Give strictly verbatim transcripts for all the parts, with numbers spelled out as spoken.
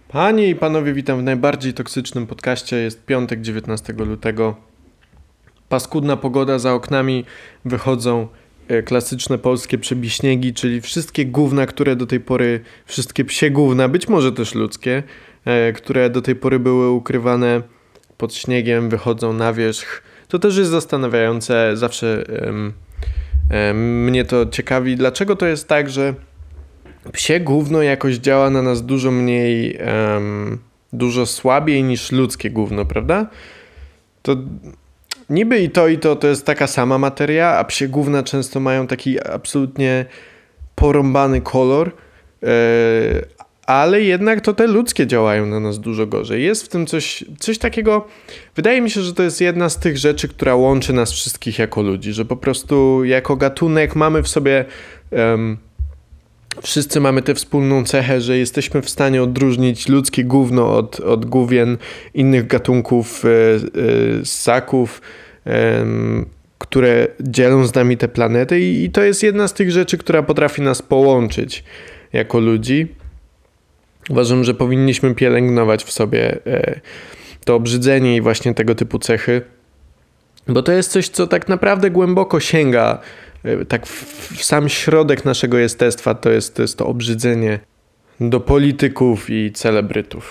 Panie i panowie, witam w najbardziej toksycznym podcaście. Jest piątek, dziewiętnastego lutego. Paskudna pogoda, za oknami wychodzą e, klasyczne polskie przebiśniegi, czyli wszystkie gówna, które do tej pory, wszystkie psie gówna, być może też ludzkie, e, które do tej pory były ukrywane pod śniegiem, wychodzą na wierzch. To też jest zastanawiające, zawsze em, em, mnie to ciekawi, dlaczego to jest tak, że psie gówno jakoś działa na nas dużo mniej, um, dużo słabiej niż ludzkie gówno, prawda? To niby i to i to to jest taka sama materia, a psie gówna często mają taki absolutnie porąbany kolor, yy, ale jednak to te ludzkie działają na nas dużo gorzej. Jest w tym coś, coś takiego, wydaje mi się, że to jest jedna z tych rzeczy, która łączy nas wszystkich jako ludzi, że po prostu jako gatunek mamy w sobie... Um, Wszyscy mamy tę wspólną cechę, że jesteśmy w stanie odróżnić ludzkie gówno od, od główien innych gatunków e, e, ssaków, e, które dzielą z nami tę planetę i, i to jest jedna z tych rzeczy, która potrafi nas połączyć jako ludzi. Uważam, że powinniśmy pielęgnować w sobie e, to obrzydzenie i właśnie tego typu cechy, bo to jest coś, co tak naprawdę głęboko sięga tak w, w sam środek naszego jestestwa, to jest, to jest to obrzydzenie do polityków i celebrytów.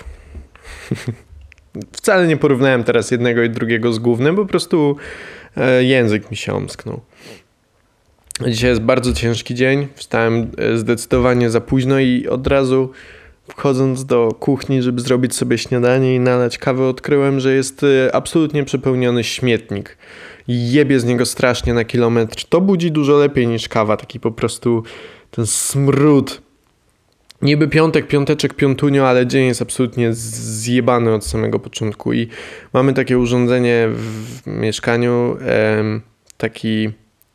Wcale nie porównałem teraz jednego i drugiego z gównem, po prostu e, język mi się omsknął. Dzisiaj jest bardzo ciężki dzień, wstałem zdecydowanie za późno i od razu wchodząc do kuchni, żeby zrobić sobie śniadanie i nalać kawę, odkryłem, że jest absolutnie przepełniony śmietnik. Jebie z niego strasznie na kilometr. To budzi dużo lepiej niż kawa, taki po prostu ten smród. Niby piątek, piąteczek, piątunio, ale dzień jest absolutnie zjebany od samego początku i mamy takie urządzenie w mieszkaniu, e, taki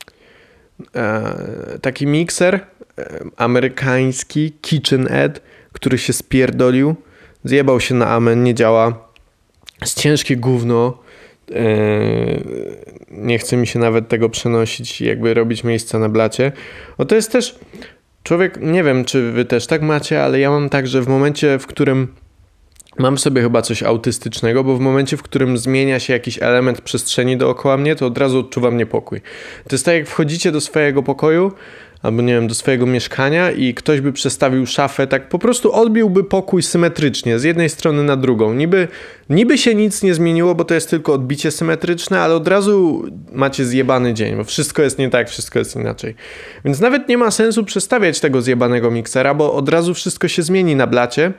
e, taki mikser e, amerykański, KitchenAid, który się spierdolił, zjebał się na amen, nie działa, jest ciężkie gówno, Yy, nie chce mi się nawet tego przenosić i jakby robić miejsca na blacie. O, to jest też człowiek, nie wiem czy wy też tak macie, ale ja mam tak, że w momencie, w którym mam w sobie chyba coś autystycznego, bo w momencie, w którym zmienia się jakiś element przestrzeni dookoła mnie, to od razu odczuwam niepokój. To jest tak, jak wchodzicie do swojego pokoju albo nie wiem, do swojego mieszkania i ktoś by przestawił szafę, tak po prostu odbiłby pokój symetrycznie, z jednej strony na drugą. Niby, niby się nic nie zmieniło, bo to jest tylko odbicie symetryczne, ale od razu macie zjebany dzień, bo wszystko jest nie tak, wszystko jest inaczej. Więc nawet nie ma sensu przestawiać tego zjebanego miksera, bo od razu wszystko się zmieni na blacie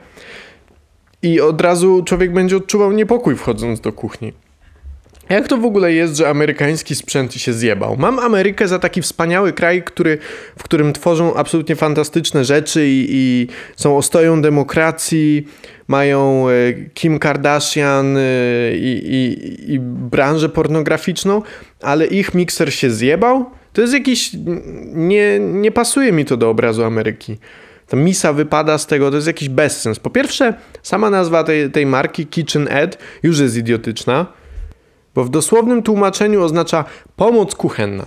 i od razu człowiek będzie odczuwał niepokój wchodząc do kuchni. Jak to w ogóle jest, że amerykański sprzęt się zjebał? Mam Amerykę za taki wspaniały kraj, który, w którym tworzą absolutnie fantastyczne rzeczy i, i są ostoją demokracji, mają Kim Kardashian i, i, i branżę pornograficzną, ale ich mikser się zjebał? To jest jakiś... Nie, nie pasuje mi to do obrazu Ameryki. Ta misa wypada z tego, to jest jakiś bezsens. Po pierwsze, sama nazwa tej, tej marki KitchenAid już jest idiotyczna, bo w dosłownym tłumaczeniu oznacza pomoc kuchenna.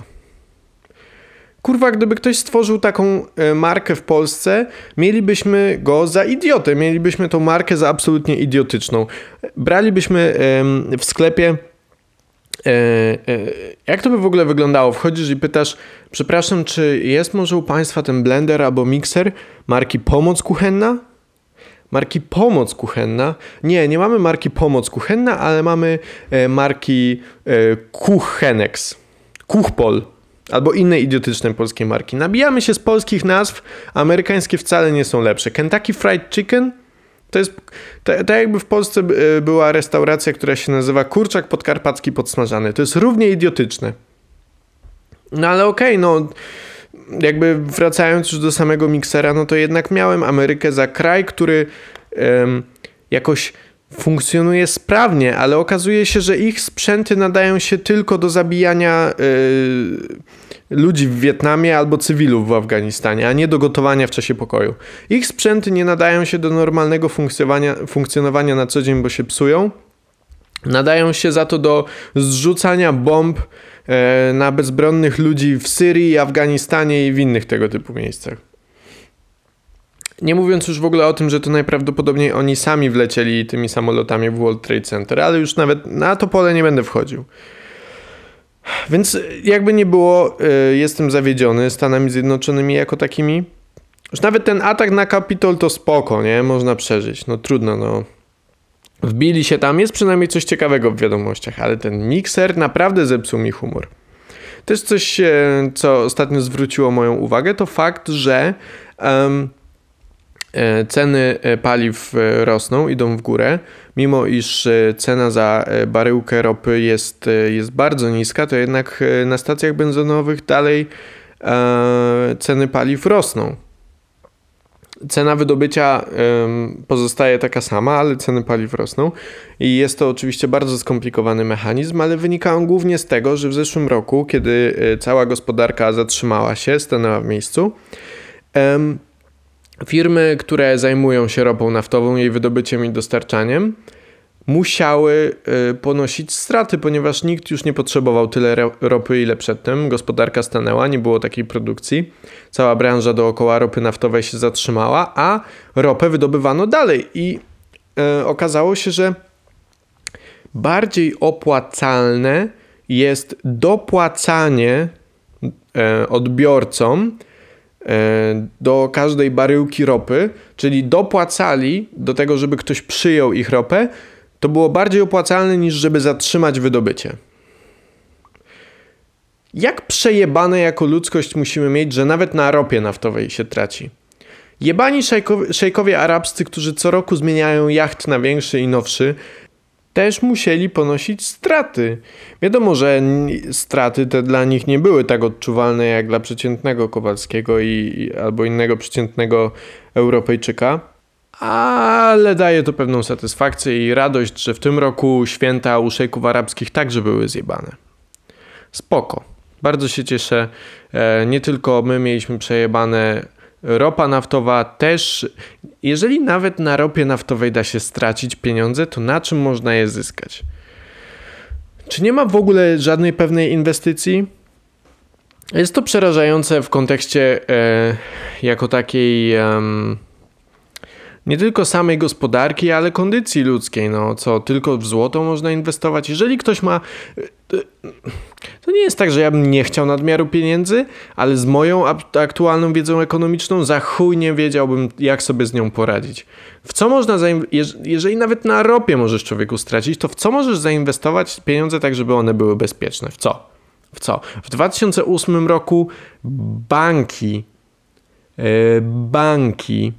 Kurwa, gdyby ktoś stworzył taką e, markę w Polsce, mielibyśmy go za idiotę, mielibyśmy tą markę za absolutnie idiotyczną. Bralibyśmy e, w sklepie, e, e, jak to by w ogóle wyglądało? Wchodzisz i pytasz, przepraszam, czy jest może u państwa ten blender albo mikser marki pomoc kuchenna? Marki pomoc kuchenna. Nie, nie mamy marki pomoc kuchenna, ale mamy e, marki e, Kuchenex, Kuchpol albo inne idiotyczne polskie marki. Nabijamy się z polskich nazw, amerykańskie wcale nie są lepsze. Kentucky Fried Chicken to jest tak jakby w Polsce e, była restauracja, która się nazywa Kurczak Podkarpacki Podsmażany. To jest równie idiotyczne. No ale okej, okay, no... Jakby wracając już do samego miksera, no to jednak miałem Amerykę za kraj, który um, jakoś funkcjonuje sprawnie, ale okazuje się, że ich sprzęty nadają się tylko do zabijania y, ludzi w Wietnamie albo cywilów w Afganistanie, a nie do gotowania w czasie pokoju. Ich sprzęty nie nadają się do normalnego funkcjonowania, funkcjonowania na co dzień, bo się psują. Nadają się za to do zrzucania bomb e, na bezbronnych ludzi w Syrii, Afganistanie i w innych tego typu miejscach. Nie mówiąc już w ogóle o tym, że to najprawdopodobniej oni sami wlecieli tymi samolotami w World Trade Center, ale już nawet na to pole nie będę wchodził. Więc jakby nie było, jestem zawiedziony Stanami Zjednoczonymi jako takimi. Już nawet ten atak na Kapitol to spoko, nie? Można przeżyć. No trudno, no. Wbili się tam, jest przynajmniej coś ciekawego w wiadomościach, ale ten mikser naprawdę zepsuł mi humor. Też coś, co ostatnio zwróciło moją uwagę, to fakt, że um, ceny paliw rosną, idą w górę. Mimo iż cena za baryłkę ropy jest, jest bardzo niska, to jednak na stacjach benzynowych dalej e, ceny paliw rosną. Cena wydobycia ym, pozostaje taka sama, ale ceny paliw rosną i jest to oczywiście bardzo skomplikowany mechanizm, ale wynika on głównie z tego, że w zeszłym roku, kiedy y, cała gospodarka zatrzymała się, stanęła w miejscu, ym, firmy, które zajmują się ropą naftową, jej wydobyciem i dostarczaniem, musiały y, ponosić straty, ponieważ nikt już nie potrzebował tyle ropy, ile przedtem. Gospodarka stanęła, nie było takiej produkcji. Cała branża dookoła ropy naftowej się zatrzymała, a ropę wydobywano dalej. I y, okazało się, że bardziej opłacalne jest dopłacanie y, odbiorcom y, do każdej baryłki ropy, czyli dopłacali do tego, żeby ktoś przyjął ich ropę, to było bardziej opłacalne niż żeby zatrzymać wydobycie. Jak przejebane jako ludzkość musimy mieć, że nawet na ropie naftowej się traci. Jebani szejkowie, szejkowie arabscy, którzy co roku zmieniają jacht na większy i nowszy, też musieli ponosić straty. Wiadomo, że straty te dla nich nie były tak odczuwalne jak dla przeciętnego Kowalskiego i, albo innego przeciętnego Europejczyka. Ale daje to pewną satysfakcję i radość, że w tym roku święta u szejków arabskich także były zjebane. Spoko. Bardzo się cieszę. Nie tylko my mieliśmy przejebane. Ropa naftowa też. Jeżeli nawet na ropie naftowej da się stracić pieniądze, to na czym można je zyskać? Czy nie ma w ogóle żadnej pewnej inwestycji? Jest to przerażające w kontekście e, jako takiej... E, nie tylko samej gospodarki, ale kondycji ludzkiej. No, co, tylko w złoto można inwestować? Jeżeli ktoś ma... To nie jest tak, że ja bym nie chciał nadmiaru pieniędzy, ale z moją aktualną wiedzą ekonomiczną za chuj nie wiedziałbym, jak sobie z nią poradzić. W co można zainwestować? Jeżeli nawet na ropie możesz człowieku stracić, to w co możesz zainwestować pieniądze tak, żeby one były bezpieczne? W co? W co? W dwa tysiące ósmym roku banki yy, banki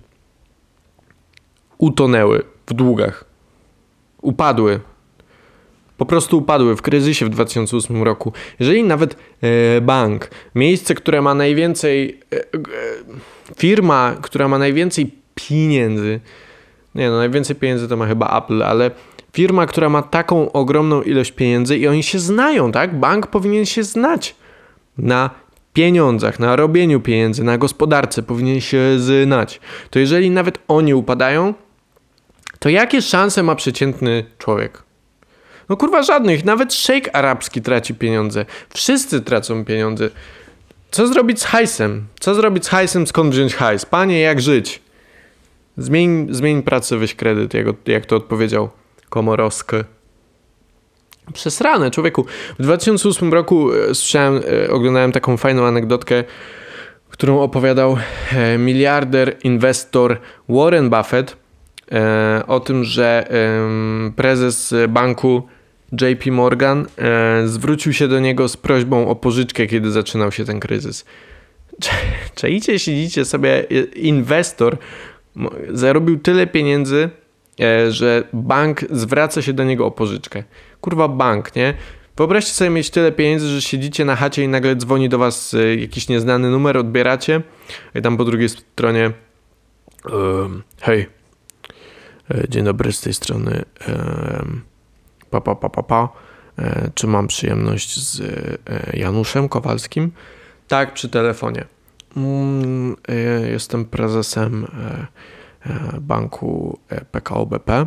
utonęły w długach. Upadły. Po prostu upadły w kryzysie w dwa tysiące ósmym roku. Jeżeli nawet e, bank, miejsce, które ma najwięcej, e, e, firma, która ma najwięcej pieniędzy, nie no, najwięcej pieniędzy to ma chyba Apple, ale firma, która ma taką ogromną ilość pieniędzy i oni się znają, tak? Bank powinien się znać na pieniądzach, na robieniu pieniędzy, na gospodarce, powinien się znać. To jeżeli nawet oni upadają, to jakie szanse ma przeciętny człowiek? No kurwa żadnych, nawet szejk arabski traci pieniądze. Wszyscy tracą pieniądze. Co zrobić z hajsem? Co zrobić z hajsem, skąd wziąć hajs? Panie, jak żyć? Zmień, zmień pracę, weź kredyt, jak, jak to odpowiedział Komorowski. Przesrane, człowieku. W dwa tysiące ósmym roku słyszałem, oglądałem taką fajną anegdotkę, którą opowiadał miliarder, inwestor Warren Buffett o tym, że prezes banku J P Morgan zwrócił się do niego z prośbą o pożyczkę, kiedy zaczynał się ten kryzys. Czaicie, siedzicie sobie, inwestor zarobił tyle pieniędzy, że bank zwraca się do niego o pożyczkę. Kurwa bank, nie? Wyobraźcie sobie mieć tyle pieniędzy, że siedzicie na chacie i nagle dzwoni do was jakiś nieznany numer, odbieracie i tam po drugiej stronie um, hej, dzień dobry, z tej strony um, pa, pa, pa, pa, pa. E, czy mam przyjemność z e, Januszem Kowalskim? Tak, przy telefonie. Mm, e, jestem prezesem e, e, banku P K O B P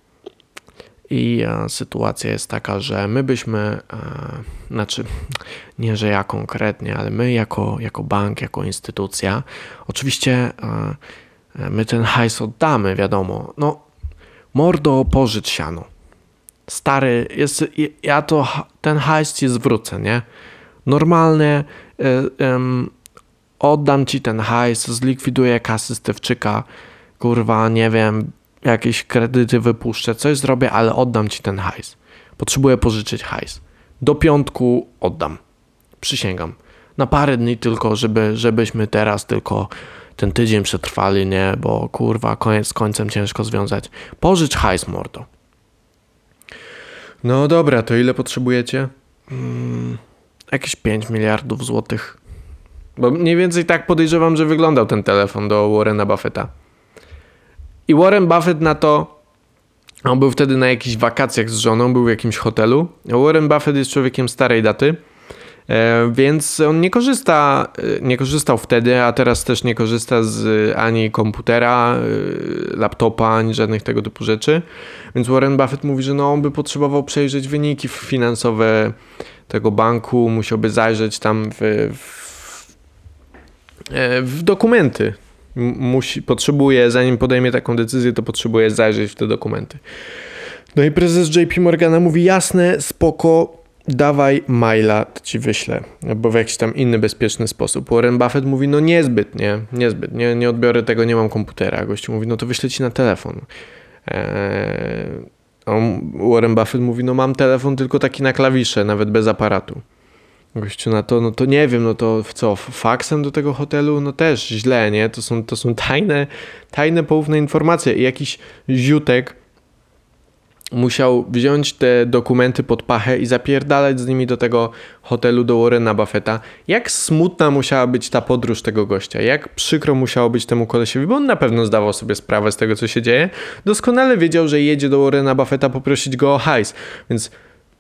i e, sytuacja jest taka, że my byśmy, e, znaczy nie, że ja konkretnie, ale my jako, jako bank, jako instytucja, oczywiście e, my ten hajs oddamy, wiadomo. No, mordo, pożycz siano. Stary, jest, ja to, ten hajs ci zwrócę, nie? Normalnie y, y, oddam ci ten hajs, zlikwiduję kasy Stewczyka, kurwa, nie wiem, jakieś kredyty wypuszczę, coś zrobię, ale oddam ci ten hajs. Potrzebuję pożyczyć hajs. Do piątku oddam. Przysięgam. Na parę dni tylko, żeby, żebyśmy teraz tylko ten tydzień przetrwali, nie? Bo kurwa, koniec z końcem ciężko związać. Pożycz hajs, mordo. No dobra, to ile potrzebujecie? Hmm, jakieś pięć miliardów złotych. Bo mniej więcej tak podejrzewam, że wyglądał ten telefon do Warrena Buffetta. I Warren Buffett na to, on był wtedy na jakichś wakacjach z żoną, był w jakimś hotelu. Warren Buffett jest człowiekiem starej daty, więc on nie korzysta, nie korzystał wtedy, a teraz też nie korzysta z ani komputera, laptopa, ani żadnych tego typu rzeczy. Więc Warren Buffett mówi, że no on by potrzebował przejrzeć wyniki finansowe tego banku, musiałby zajrzeć tam w, w, w dokumenty. Musi, potrzebuje, zanim podejmie taką decyzję, to potrzebuje zajrzeć w te dokumenty. No i prezes J P Morgana mówi, jasne, spoko, dawaj maila, to ci wyślę, albo w jakiś tam inny bezpieczny sposób. Warren Buffett mówi, no niezbyt, nie, niezbyt, nie, nie odbiorę tego, nie mam komputera. Gościu mówi, no to wyślę ci na telefon. Eee, on, Warren Buffett mówi, no mam telefon tylko taki na klawisze, nawet bez aparatu. Gościu na to, no to nie wiem, no to co, faksem do tego hotelu? No też źle, nie? To są, to są tajne, tajne, poufne informacje. I jakiś ziutek musiał wziąć te dokumenty pod pachę i zapierdalać z nimi do tego hotelu do Warrena Buffetta. Jak smutna musiała być ta podróż tego gościa, jak przykro musiało być temu kolesiowi, bo on na pewno zdawał sobie sprawę z tego, co się dzieje. Doskonale wiedział, że jedzie do Warrena Buffetta poprosić go o hajs, więc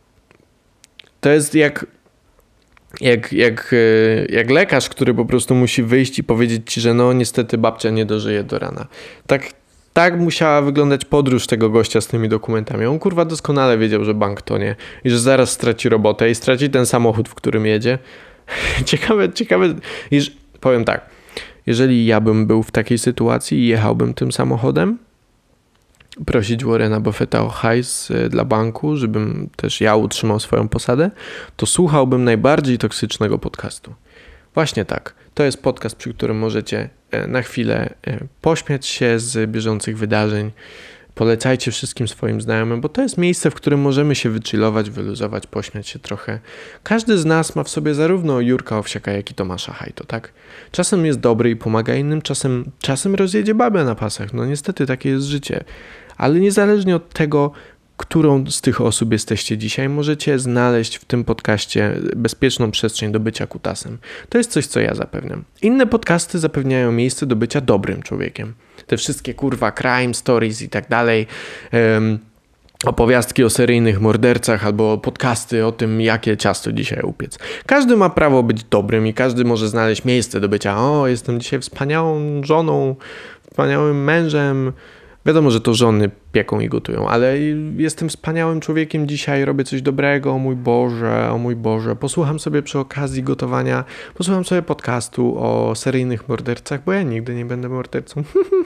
to jest jak... Jak, jak, jak lekarz, który po prostu musi wyjść i powiedzieć ci, że no niestety babcia nie dożyje do rana. Tak, tak musiała wyglądać podróż tego gościa z tymi dokumentami. On kurwa doskonale wiedział, że bank tonie i że zaraz straci robotę i straci ten samochód, w którym jedzie. Ciekawe, ciekawe. Jeż, powiem tak, jeżeli ja bym był w takiej sytuacji i jechałbym tym samochodem, prosić Warrena Buffetta o hajs dla banku, żebym też ja utrzymał swoją posadę, to słuchałbym najbardziej toksycznego podcastu. Właśnie tak. To jest podcast, przy którym możecie na chwilę pośmiać się z bieżących wydarzeń. Polecajcie wszystkim swoim znajomym, bo to jest miejsce, w którym możemy się wychillować, wyluzować, pośmiać się trochę. Każdy z nas ma w sobie zarówno Jurka Owsiaka, jak i Tomasza Hajto, tak? Czasem jest dobry i pomaga innym, czasem, czasem rozjedzie babę na pasach. No niestety takie jest życie. Ale niezależnie od tego, którą z tych osób jesteście dzisiaj, możecie znaleźć w tym podcaście bezpieczną przestrzeń do bycia kutasem. To jest coś, co ja zapewniam. Inne podcasty zapewniają miejsce do bycia dobrym człowiekiem. Te wszystkie kurwa crime stories i tak dalej, um, opowiastki o seryjnych mordercach albo podcasty o tym, jakie ciasto dzisiaj upiec. Każdy ma prawo być dobrym i każdy może znaleźć miejsce do bycia. O, jestem dzisiaj wspaniałą żoną, wspaniałym mężem. Wiadomo, że to żony pieką i gotują, ale jestem wspaniałym człowiekiem dzisiaj, robię coś dobrego, o mój Boże, o mój Boże. Posłucham sobie przy okazji gotowania, posłucham sobie podcastu o seryjnych mordercach, bo ja nigdy nie będę mordercą.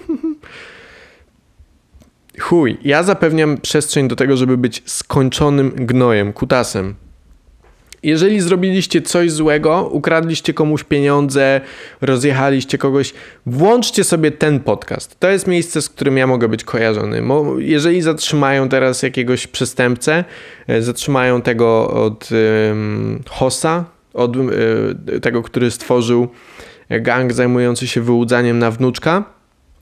Chuj, ja zapewniam przestrzeń do tego, żeby być skończonym gnojem, kutasem. Jeżeli zrobiliście coś złego, ukradliście komuś pieniądze, rozjechaliście kogoś, włączcie sobie ten podcast. To jest miejsce, z którym ja mogę być kojarzony. Jeżeli zatrzymają teraz jakiegoś przestępcę, zatrzymają tego od um, Hossa, od um, tego, który stworzył gang zajmujący się wyłudzaniem na wnuczka,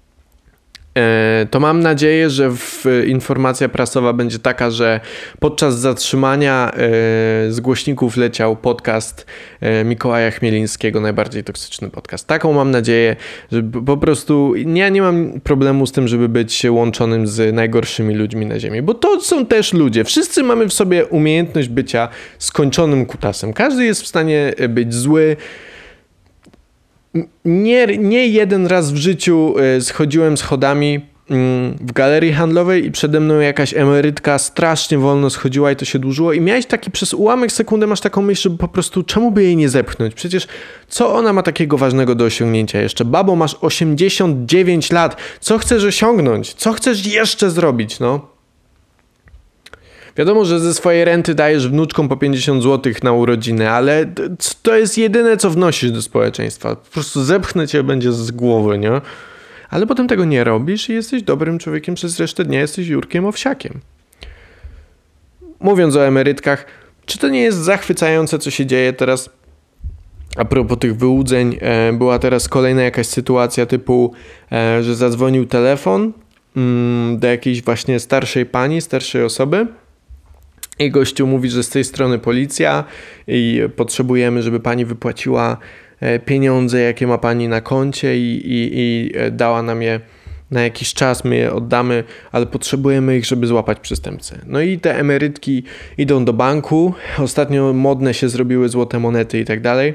to mam nadzieję, że w, informacja prasowa będzie taka, że podczas zatrzymania e, z głośników leciał podcast e, Mikołaja Chmielińskiego, najbardziej toksyczny podcast. Taką mam nadzieję, że po prostu ja nie mam problemu z tym, żeby być łączonym z najgorszymi ludźmi na ziemi, bo to są też ludzie. Wszyscy mamy w sobie umiejętność bycia skończonym kutasem. Każdy jest w stanie być zły. Nie, nie jeden raz w życiu schodziłem schodami w galerii handlowej i przede mną jakaś emerytka strasznie wolno schodziła i to się dłużyło i miałeś taki przez ułamek sekundy masz taką myśl, że po prostu czemu by jej nie zepchnąć? Przecież co ona ma takiego ważnego do osiągnięcia jeszcze? Babo, masz osiemdziesiąt dziewięć lat. Co chcesz osiągnąć? Co chcesz jeszcze zrobić, no? Wiadomo, że ze swojej renty dajesz wnuczkom po pięćdziesiąt złotych na urodziny, ale to jest jedyne, co wnosisz do społeczeństwa. Po prostu zepchnę cię będzie z głowy, nie? Ale potem tego nie robisz i jesteś dobrym człowiekiem przez resztę dnia, jesteś Jurkiem Owsiakiem. Mówiąc o emerytkach, czy to nie jest zachwycające, co się dzieje teraz? A propos tych wyłudzeń, e, była teraz kolejna jakaś sytuacja typu, e, że zadzwonił telefon mm, do jakiejś właśnie starszej pani, starszej osoby i gościu mówi, że z tej strony policja i potrzebujemy, żeby pani wypłaciła pieniądze, jakie ma pani na koncie i, i, i dała nam je na jakiś czas, my je oddamy, ale potrzebujemy ich, żeby złapać przestępcę. No i te emerytki idą do banku, ostatnio modne się zrobiły złote monety i tak dalej.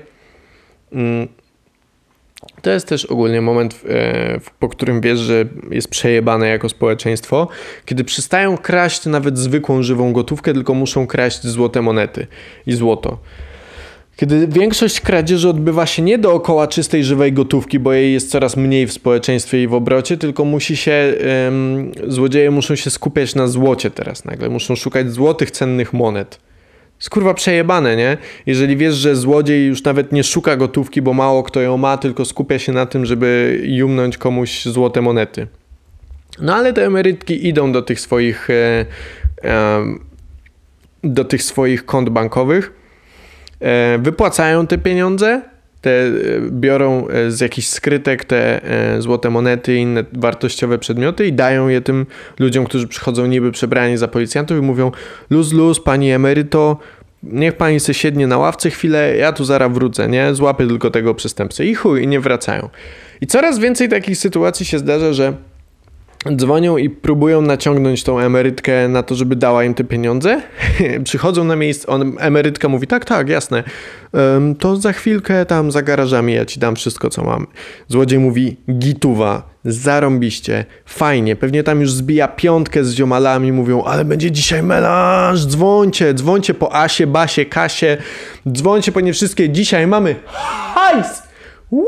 To jest też ogólnie moment, po którym wiesz, że jest przejebane jako społeczeństwo, kiedy przestają kraść nawet zwykłą, żywą gotówkę, tylko muszą kraść złote monety i złoto. Kiedy większość kradzieży odbywa się nie dookoła czystej, żywej gotówki, bo jej jest coraz mniej w społeczeństwie i w obrocie, tylko musi się, ym, złodzieje muszą się skupiać na złocie teraz nagle. Muszą szukać złotych, cennych monet. Jest kurwa przejebane, nie? Jeżeli wiesz, że złodziej już nawet nie szuka gotówki, bo mało kto ją ma, tylko skupia się na tym, żeby jumnąć komuś złote monety. No ale te emerytki idą do tych swoich e, e, do tych swoich kont bankowych, wypłacają te pieniądze, te biorą z jakichś skrytek te złote monety i inne wartościowe przedmioty i dają je tym ludziom, którzy przychodzą niby przebrani za policjantów i mówią: luz, luz, pani emeryto, niech pani se siednie na ławce chwilę, ja tu zaraz wrócę, nie? Złapię tylko tego przestępcę. I chuj, i nie wracają. I coraz więcej takich sytuacji się zdarza, że dzwonią i próbują naciągnąć tą emerytkę na to, żeby dała im te pieniądze. Przychodzą na miejsce, on, emerytka mówi: tak, tak, jasne, um, to za chwilkę tam za garażami ja ci dam wszystko, co mam. Złodziej mówi: gituwa, zarąbiście, fajnie, pewnie tam już zbija piątkę z ziomalami, mówią: ale będzie dzisiaj melanż, dzwońcie, dzwońcie po Asie, Basie, Kasie, dzwońcie po nie wszystkie, dzisiaj mamy hajs! Woo!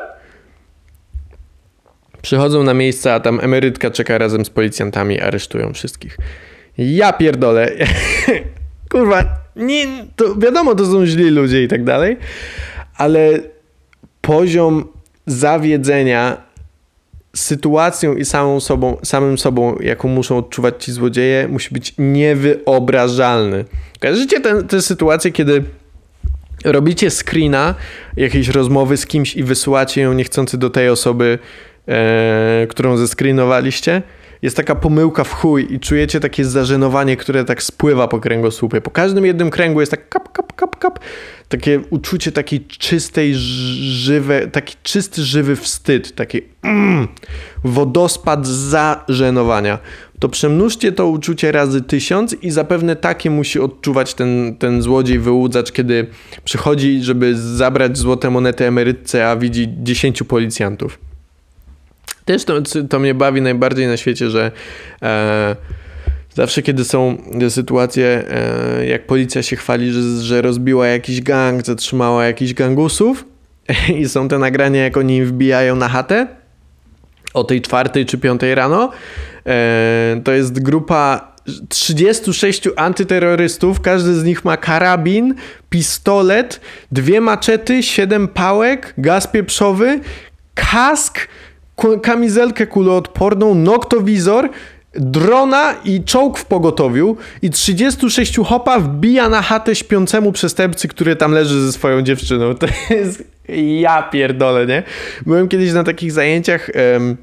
Przychodzą na miejsce, a tam emerytka czeka razem z policjantami, aresztują wszystkich. Ja pierdolę. Kurwa, nie, to wiadomo, to są źli ludzie i tak dalej, ale poziom zawiedzenia sytuacją i samą sobą, samym sobą, jaką muszą odczuwać ci złodzieje, musi być niewyobrażalny. Kojarzycie te, te sytuacje, kiedy robicie screena jakiejś rozmowy z kimś i wysyłacie ją niechcący do tej osoby, E, którą zescreenowaliście, jest taka pomyłka w chuj i czujecie takie zażenowanie, które tak spływa po kręgosłupie. Po każdym jednym kręgu jest tak kap, kap, kap, kap. Takie uczucie takiej czystej, żywe, taki czysty, żywy wstyd. Taki mm, wodospad zażenowania. To przemnóżcie to uczucie razy tysiąc i zapewne takie musi odczuwać ten, ten złodziej, wyłudzacz, kiedy przychodzi, żeby zabrać złote monety emerytce, a widzi dziesięciu policjantów. Też to, to mnie bawi najbardziej na świecie, że e, zawsze kiedy są sytuacje, e, jak policja się chwali, że, że rozbiła jakiś gang, zatrzymała jakichś gangusów i są te nagrania, jak oni im wbijają na chatę o tej czwartej czy piątej rano, e, to jest grupa trzydziestu sześciu antyterrorystów, każdy z nich ma karabin, pistolet, dwie maczety, siedem pałek, gaz pieprzowy, kask, kamizelkę kuloodporną, noktowizor, drona i czołg w pogotowiu i trzydziestu sześciu chopa wbija na chatę śpiącemu przestępcy, który tam leży ze swoją dziewczyną. To jest... ja pierdolę, nie? Byłem kiedyś na takich zajęciach em,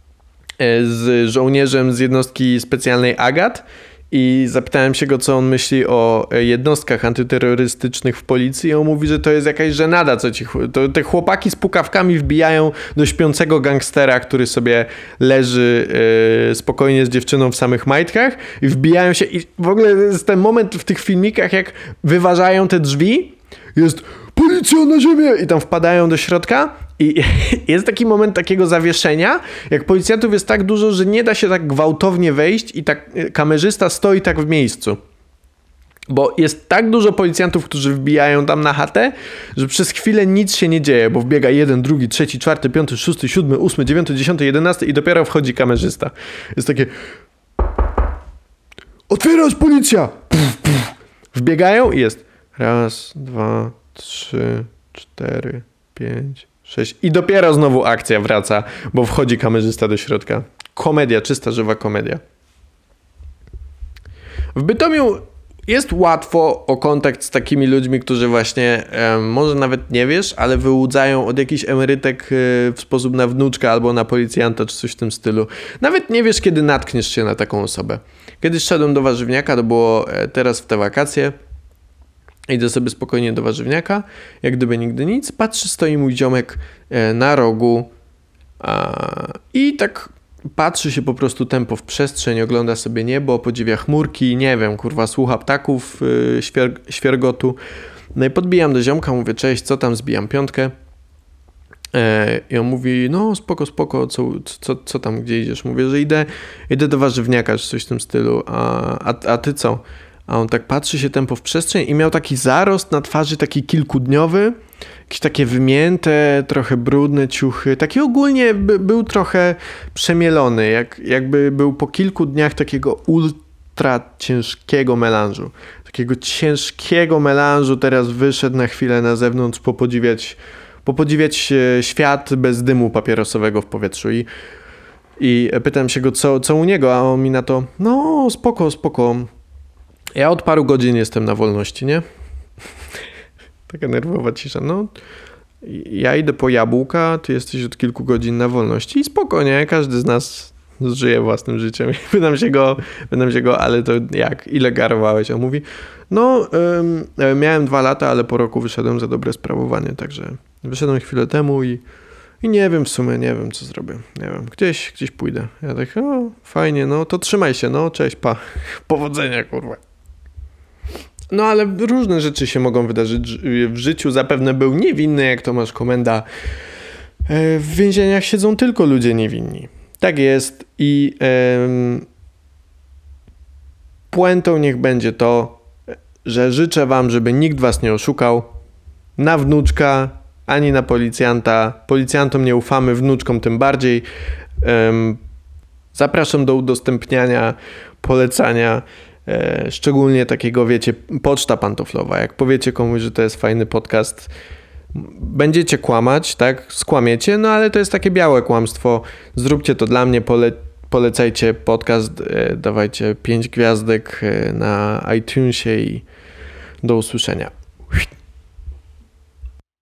z żołnierzem z jednostki specjalnej Agat i zapytałem się go, co on myśli o jednostkach antyterrorystycznych w policji i on mówi, że to jest jakaś żenada, co ci, to te chłopaki z pukawkami wbijają do śpiącego gangstera, który sobie leży yy, spokojnie z dziewczyną w samych majtkach i wbijają się i w ogóle jest ten moment w tych filmikach, jak wyważają te drzwi, jest policja na ziemię i tam wpadają do środka I jest taki moment takiego zawieszenia, jak policjantów jest tak dużo, że nie da się tak gwałtownie wejść i tak kamerzysta stoi tak w miejscu. Bo jest tak dużo policjantów, którzy wbijają tam na chatę, że przez chwilę nic się nie dzieje, bo wbiega jeden, drugi, trzeci, czwarty, piąty, szósty, siódmy, ósmy, dziewiąty, dziesiąty, jedenasty i dopiero wchodzi kamerzysta. Jest takie... Otwierasz, policja! Puf, puf. Wbiegają i jest raz, dwa, trzy, cztery, pięć, sześć i dopiero znowu akcja wraca, bo wchodzi kamerzysta do środka. Komedia, czysta, żywa komedia. W Bytomiu jest łatwo o kontakt z takimi ludźmi, którzy właśnie, e, może nawet nie wiesz, ale wyłudzają od jakichś emerytek e, w sposób na wnuczka albo na policjanta, czy coś w tym stylu. Nawet nie wiesz, kiedy natkniesz się na taką osobę. Kiedyś szedłem do warzywniaka, to było e, teraz w te wakacje. Idę sobie spokojnie do warzywniaka, jak gdyby nigdy nic. Patrzę, stoi mój ziomek e, na rogu a, i tak... Patrzy się po prostu tempo w przestrzeń, ogląda sobie niebo, podziwia chmurki, nie wiem, kurwa, słucha ptaków, yy, świer- świergotu. No i podbijam do ziomka, mówię, cześć, co tam, zbijam piątkę. E, I on mówi, no spoko, spoko, co, co, co tam, gdzie idziesz? Mówię, że idę, idę do warzywniaka, czy coś w tym stylu, a, a, a ty co? A on tak patrzy się tempo w przestrzeń i miał taki zarost na twarzy, taki kilkudniowy, jakieś takie wymięte, trochę brudne ciuchy. Taki ogólnie by, był trochę przemielony, jak, jakby był po kilku dniach takiego ultra ciężkiego melanżu. Takiego ciężkiego melanżu teraz wyszedł na chwilę na zewnątrz popodziwiać, popodziwiać świat bez dymu papierosowego w powietrzu. I, i pytam się go, co, co u niego, a on mi na to, no spoko, spoko. Ja od paru godzin jestem na wolności, nie? Taka nerwowa cisza. No, ja idę po jabłka, ty jesteś od kilku godzin na wolności i spokojnie, każdy z nas żyje własnym życiem. Pytam się go, pytam się go, ale to jak? Ile garowałeś? On mówi, no, ym, miałem dwa lata, ale po roku wyszedłem za dobre sprawowanie, także wyszedłem chwilę temu i, i nie wiem w sumie, nie wiem co zrobię. Nie wiem, gdzieś, gdzieś pójdę. Ja tak, o, fajnie, no to trzymaj się, no, cześć, pa. Powodzenia, kurwa. No ale różne rzeczy się mogą wydarzyć w życiu. Zapewne był niewinny, jak Tomasz Komenda. W więzieniach siedzą tylko ludzie niewinni. Tak jest i em, puentą niech będzie to, że życzę wam, żeby nikt was nie oszukał. Na wnuczka, ani na policjanta. Policjantom nie ufamy, wnuczkom tym bardziej. Em, zapraszam do udostępniania, polecania. E, szczególnie takiego, wiecie, poczta pantoflowa. Jak powiecie komuś, że to jest fajny podcast, będziecie kłamać, tak? Skłamiecie, no ale to jest takie białe kłamstwo. Zróbcie to dla mnie, pole, polecajcie podcast, e, dawajcie pięć gwiazdek e, na iTunesie i do usłyszenia.